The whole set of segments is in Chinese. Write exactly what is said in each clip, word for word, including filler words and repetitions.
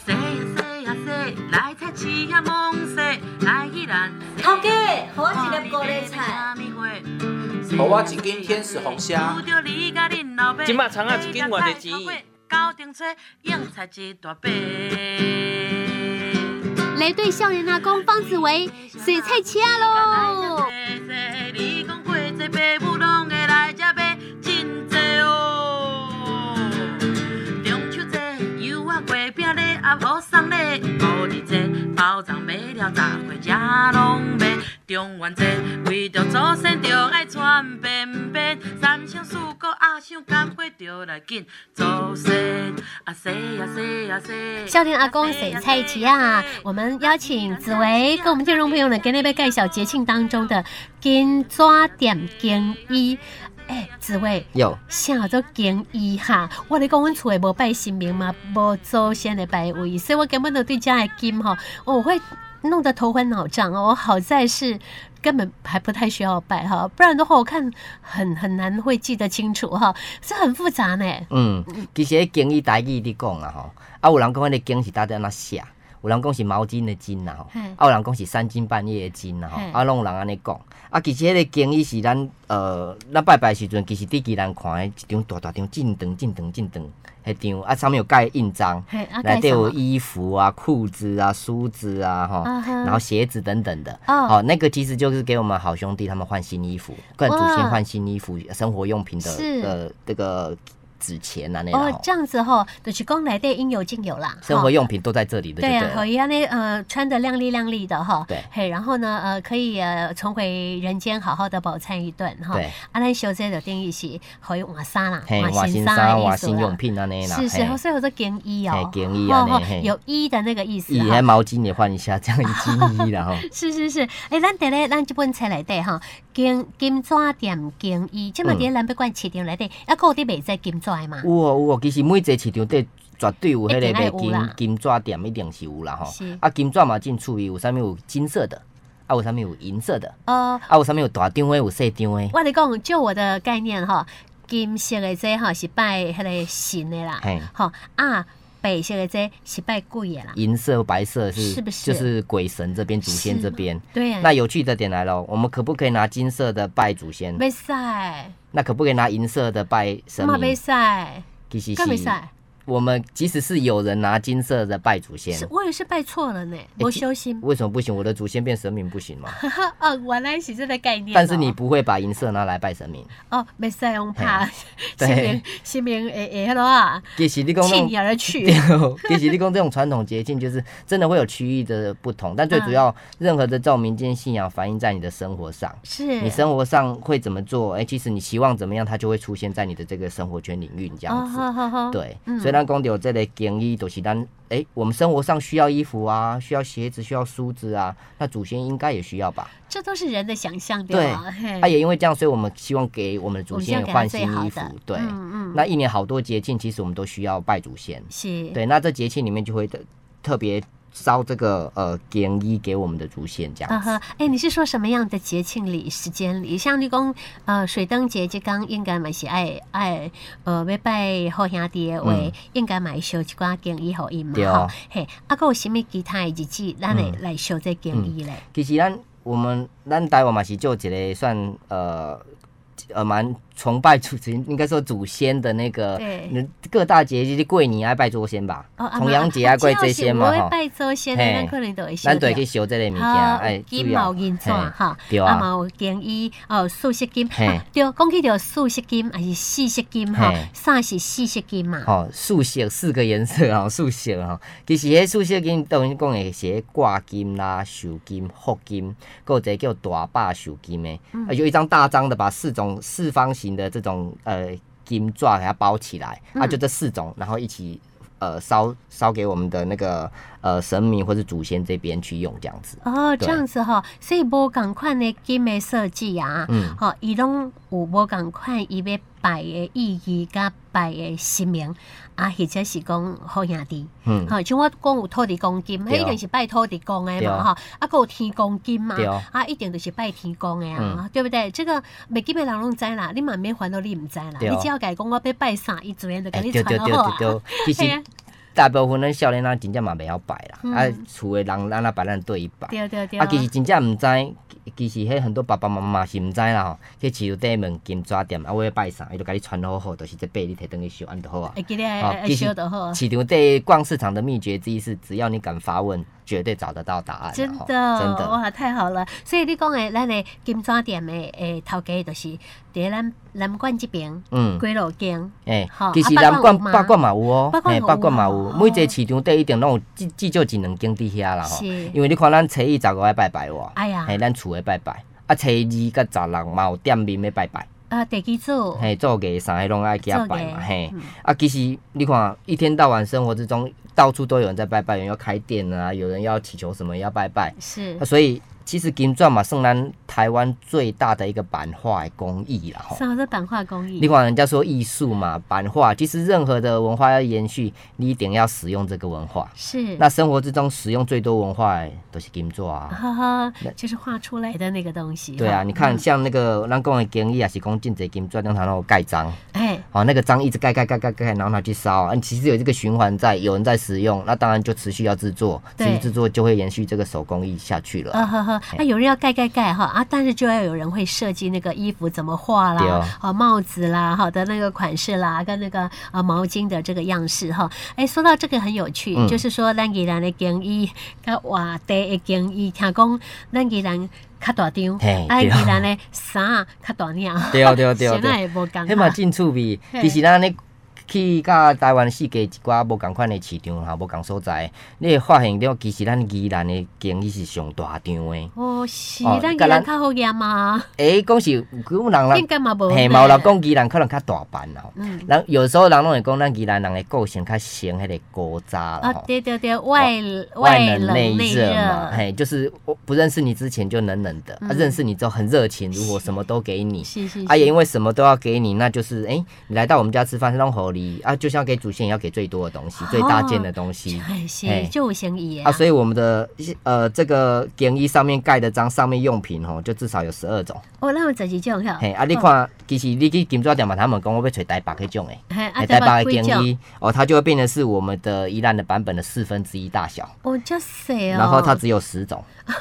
洗呀洗呀洗，来菜市呀忙洗，来去咱。 头家，给我一粒高丽菜。 给我一斤天使红虾。 今麦葱啊一斤偌济钱？ 高顶吹，用菜一大把。 来对少年阿公方子维洗菜车喽！ 你讲过这爸母拢会来这买真多哦。中秋节油啊月饼咧，啊无送咧，五日节包粽买了十岁才拢买。中元节为着祖先着爱穿便便，三生四果啊想干花着来紧祖先啊洗呀洗呀洗。 少年阿公洗菜车啊！我们邀请紫薇跟我们听众朋友呢，跟那边介绍节庆当中的金抓点更衣。哎，紫薇， 有啥叫更衣哈？我咧讲，阮厝诶无拜神明嘛，无祖先的拜位，所以我根本都对家的金哈，我会弄得头昏脑胀哦。我好在是根本还不太需要拜哈，不然的话我看很很难会记得清楚哈，这很复杂呢。 嗯，其实迄经伊台语你讲啊吼，啊有人讲迄个经是搭在那写，有人讲是毛巾的巾啦吼，啊有人讲是三更半夜的巾啦吼，啊拢有人安尼讲。啊，其实迄个经伊是咱呃，咱拜拜时阵，其实伫基咱看诶一张大大张真长真长真长迄张，啊上面有盖印章，内底有衣服啊、裤子啊、梳子啊吼，然后鞋子等等的。哦，好，那个其实就是给我们好兄弟他们换新衣服，跟祖先换新衣服、生活用品的呃这个。纸钱啊，那哦，这样子吼，就是讲内底应有尽有啦， 生活用品都在这里的， 对啊， 可以安尼呃穿得亮丽亮丽的哈， 对， 嘿，然后呢呃可以呃重回人间，好好的饱餐一顿哈， 对， 啊，咱小姐的定义是可以换衫啦， 换新衫、换新用品安尼啦， 是是，所以有做更衣哦， 更衣啊， 有衣的那个意思， 衣还毛巾也换一下，这样金衣啦哈， 是是是，哎，咱伫咧咱这本册内底哈，金金纸店更衣，即嘛伫南北关市场内底，啊，有伫卖这金纸的嘛？ 有哦有哦，其实每一个市场底绝对有迄个卖金金纸店，一定是有啦吼。啊，金纸嘛真趣味，有啥物有金色的，啊有啥物有银色的，哦，啊有啥物有大张的，有细张的。 我嚟讲，就我的概念哈，金色的这哈是拜迄个神的啦，吼啊。白色的这是拜鬼的啦， 银色、白色是是不是就是鬼神这边、祖先这边？ 对啊。 那有趣的点来了，我们可不可以拿金色的拜祖先？ 没使。 那可不可以拿银色的拜神明？ 没使。 其实是。没使。 我们即使是有人拿金色的拜祖先， 我也是拜错了呢，我修心。 为什么不行？我的祖先变神明不行吗？ 哦，原来是这个概念。 但是你不会把银色拿来拜神明。 哦，没使用怕，神明神明诶诶，迄落啊， 其实你讲弃你而去。 其实你讲这种传统节庆，就是真的会有区域的不同，但最主要，任何的这种民间信仰反映在你的生活上。 是。 你生活上会怎么做？哎，其实你希望怎么样，它就会出现在你的这个生活圈领域这样子。对，所以咱讲到这类。更衣都是咱哎，我们生活上需要衣服啊，需要鞋子，需要梳子啊，那祖先应该也需要吧？ 这都是人的想象，对吧？ 对，啊，也因为这样，所以我们希望给我们的祖先换新衣服。对，嗯嗯，那一年好多节庆，其实我们都需要拜祖先。 是， 对，那这节庆里面就会特别烧这个呃更衣给我们的祖先这样子。哎、 呃，你是说什么样的节庆里、时间里？像你讲呃水灯节，这刚应该嘛是爱爱呃要拜好兄弟的话，嗯、应该嘛烧一寡更衣互因嘛。吼。嘿，啊，还有什么其他的日子，咱会来烧这更衣咧？ 其实咱我们咱台湾嘛是做一个算呃呃蛮崇拜祖先，应该说祖先的那个各大节日，过年爱拜祖先吧，重阳节爱拜祖先嘛吼。拜祖先的，咱可能都会烧。 咱对去烧这个物件，哎， 金毛银钻哈， 对啊， 嘛有更衣哦，四色金，对，讲起到四色金还是四色金哈？啥是四色金嘛？ 哦，四色四个颜色哦，四色哈。其实迄四色金当然讲的是挂金啦、寿金、福金，还有一个叫大把寿金的，有一张大张的，把四种四方形的这种呃金纸给它包起来，嗯、啊，就这四种，然后一起呃烧烧给我们的那个呃神明或是祖先这边去用，这样子。 哦，这样子哈，所以无同款的金的设计啊，嗯，好，伊拢有无同款伊要拜的意义甲拜的神明啊，或者是讲好兄弟，嗯，好，像我讲有土地公金，迄一定是拜土地公的嘛，哈，啊，还有天公金嘛，啊，一定就是拜天公的啊，嗯、对不对？这个袂记的人拢知啦，你嘛免烦恼你唔知啦，你只要改讲我要拜啥，伊自然就给你传好啊。 其实大部分咱少年人真正嘛袂晓拜啦，嗯、啊，厝诶人咱啊拜咱对伊拜。 对对对。 啊，其实真正毋知，其实迄很多爸爸妈妈是毋知啦吼。去市场底问金纸店，啊，我要拜啥，伊就甲你传好好，就是这拜你摕转去烧，安就好啊。 会记得会烧就好。 市场底逛市场的秘诀之一是，只要你敢发问，绝对找得到答案。 真的， 真的， 哇，太好了！所以你讲诶，咱诶金纸店诶诶头家就是伫咱南馆这边，嗯，归路间，诶， 其实南馆八馆嘛有哦，嘿，八馆嘛有，每一个市场底一定拢有至至少一两间伫遐啦吼。因为你看咱初一十五爱拜拜哇，哎呀，嘿，咱厝诶拜拜，啊，初二甲十六嘛有店面要拜拜。 啊，地基组， 嘿，做个啥迄拢爱去遐拜嘛，嘿，啊，其实你看一天到晚生活之中，到处都有人在拜拜，有人要开店啊，有人要祈求什么要拜拜，是，啊、所以。其实金砖嘛，算咱台湾最大的一个版画工艺啦。 啥是版画工艺？ 你看人家说艺术嘛，版画，其实任何的文化要延续，你一定要使用这个文化。是。那生活之中使用最多文化的都是金砖啊。 哈哈，就是画出来的那个东西。 对啊，你看像那个咱讲的工艺，也是讲真侪金砖，让它那种盖章。哎。好，那个章一直盖盖盖盖盖，然后拿去烧啊。其实有这个循环在，有人在使用，那当然就持续要制作，持续制作就会延续这个手工艺下去了。啊哈哈。 啊，有人要盖盖盖哈啊，但是就要有人会设计那个衣服怎么画啦，啊帽子啦，好的那个款式啦，跟那个啊毛巾的这个样式哈。哎，说到这个很有趣，嗯、就是说咱宜兰的工艺跟外地的工艺，听讲咱宜兰较大张，啊宜兰的衫较大领， 对对对，现在也无共。 迄嘛真趣味，其实咱咧。去甲台湾四界一寡无共款的市场哈，无共所在，你会发现了，其实咱宜兰的经济是上大张的。 哦，是，咱宜兰较好验嘛。 诶，讲是有人啦， 应该嘛无。 嘿，嘛有人讲宜兰可能较大班啦。嗯。人有时候人拢会讲，咱宜兰人的个性较像迄个古早啦。 啊，对对对，外外冷内热嘛，嘿，就是不认识你之前就冷冷的，啊，认识你之后很热情，如果什么都给你。是是。啊，也因为什么都要给你，那就是诶，你来到我们家吃饭，是弄好。啊，就像给祖先也要给最多的东西，哦、最大件的东西， 是就生意啊。所以我们的呃这个工艺上面盖的章，上面用品吼，就至少有十二种。 哦，那有十二种哈。 嘿，啊，你看，哦、其实你去金纸店嘛，他们讲我要找台北迄种诶， 啊、 台北的工艺哦，它就会变成是我们的宜兰的版本的四分之一大小。 哦，这小哦。 然后它只有十种。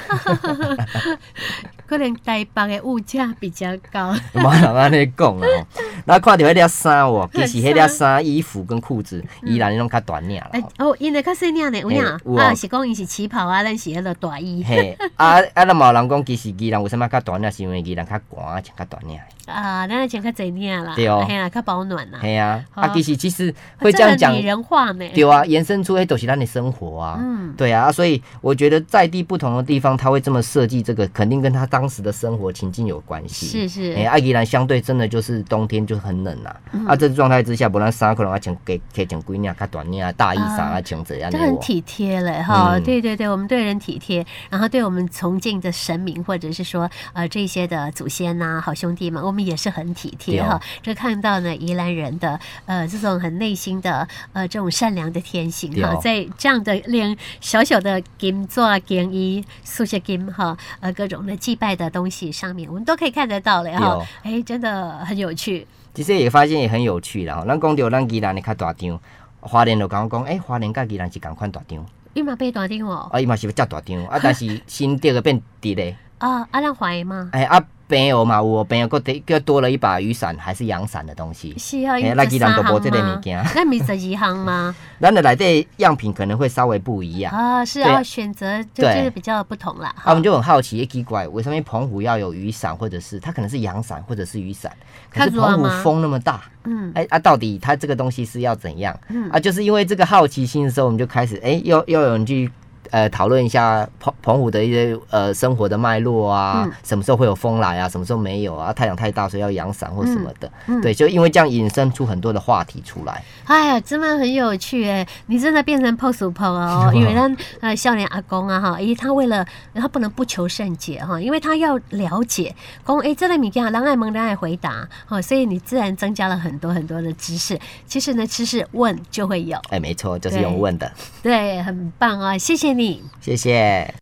可能台北的物价比较高。 冇人安尼讲啊，然后看到迄条衫哦，其实迄条衫、衣服跟裤子，宜兰拢较短领啦。 哦，因为较细领呢，有影啊，是讲伊是旗袍啊，咱是迄个大衣。 嘿，啊啊，咱冇人讲，其实宜兰为什么较短领，是因为宜兰较寒，穿较短领。 啊，咱穿较济领啦， 对哦， 嘿啊，较保暖啦。 嘿啊，啊，其实其实会这样讲， 拟人化呢。 对啊，延伸出迄都是咱的生活啊。嗯，对啊，所以我觉得在地不同的地方，它会这么设计，这个肯定跟他当时的生活情境有关系。 是是， 哎、欸，啊，宜兰相对真的就是冬天就很冷啊。嗯、啊，这状态之下，不然衫可能要穿给给穿几领较短领啊，大衣衫啊，穿这样。 这很体贴嘞哈、嗯，对对对，我们对人体贴，然后对我们崇敬的神明或者是说呃这些的祖先呐、啊、好兄弟们，我们也是很体贴哈。这看到呢宜兰人的呃这种很内心的呃这种善良的天性哈，在这样的连小小的金纸工艺、素色金哈呃各种的祭拜的东西上面，我们都可以看得到了哈。哎，真的很有趣。 其实也发现也很有趣啦。咱讲到咱宜兰的较大张，花莲就讲讲，哎、欸，花莲甲宜兰是同款大张。 伊嘛变大张哦。 啊，伊嘛是要遮大张，啊，但是新竹的变直的。 啊，啊，咱华吗？ 哎、欸、啊。朋友嘛，有朋友搁又多了一把雨伞，还是阳伞的东西。 是啊，有十三项吗？ 那不是十二项吗？ 咱的内底样品可能会稍微不一样啊，是要选择就就是比较不同啦。 啊，我们就很好奇，也奇怪，为什么澎湖要有雨伞，或者是它可能是阳伞，或者是雨伞？可是澎湖风那么大，嗯，哎、欸、啊，到底它这个东西是要怎样？嗯啊，就是因为这个好奇心的时候，我们就开始哎、欸，又又有人去。呃，讨论一下澎澎湖的一些呃生活的脉络啊、嗯，什么时候会有风来啊，什么时候没有啊？太阳太大，所以要阳伞或什么的、嗯嗯。对，就因为这样引申出很多的话题出来。 哎呀，真的很有趣哎！你真的变成 P O S P O 哦，因为他呃少年阿公啊哈，因为他为了他不能不求甚解哈，因为他要了解，讲哎这类物件，人爱问人爱回答，哦，所以你自然增加了很多很多的知识。其实呢，知识问就会有。 哎，没错，就是用问的。 对，很棒啊！谢谢你。 谢谢。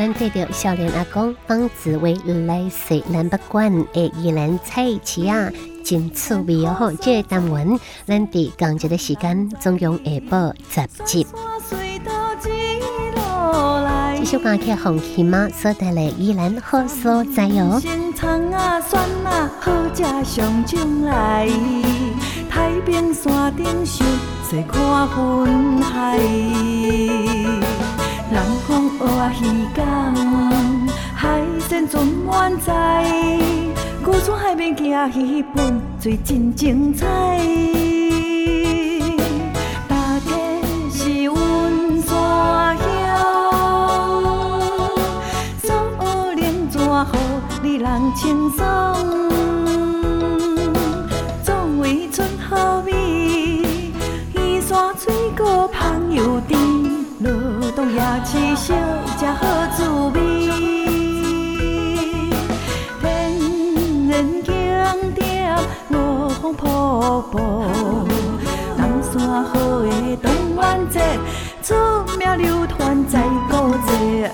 咱对着少年阿公方子维来说咱不管的宜兰菜市啊，真趣味哦！这个单元咱伫同一个时间总共会播十集。这首歌曲红旗妈所带来宜兰好所在哦。葱啊蒜啊好食上种来，太平山顶上坐看云海，人讲活鱼港，海鲜全满载，古厝海边行鱼本水真精彩。大家是阮山好，你人轻松，总为春好味。鱼山水果香油甜，罗东夜市小食好滋味。天然景点五峰瀑布，南山好的动漫节，出名流传在古迹。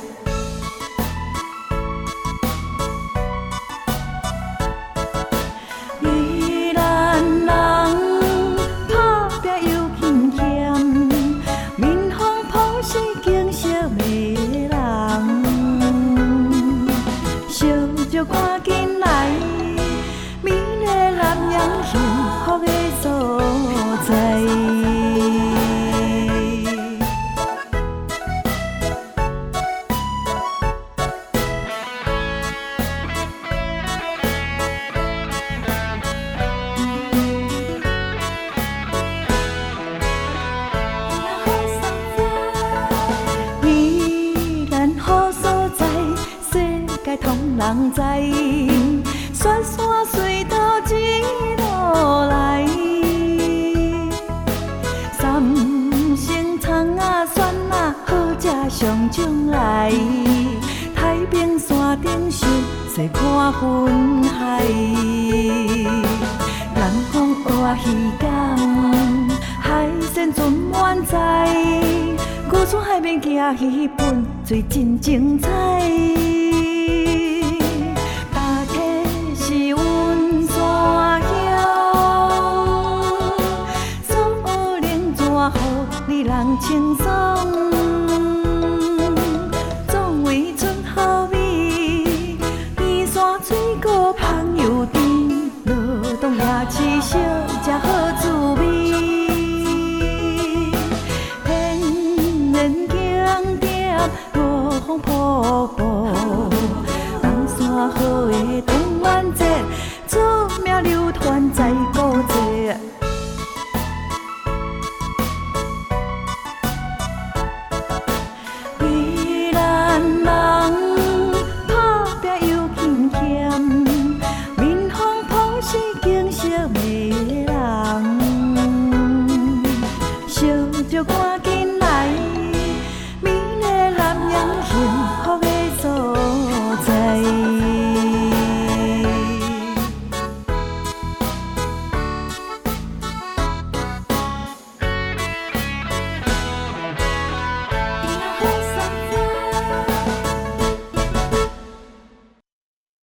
赶紧来，美丽南洋幸福的所在。宜兰好所在，世界通人知。雪山水道一路来，三星葱啊蒜啊好食上种来，太平山顶上坐看云海，人讲活鱼港，海鲜全满载，古厝海边行鱼本水真精彩。好，你人轻松。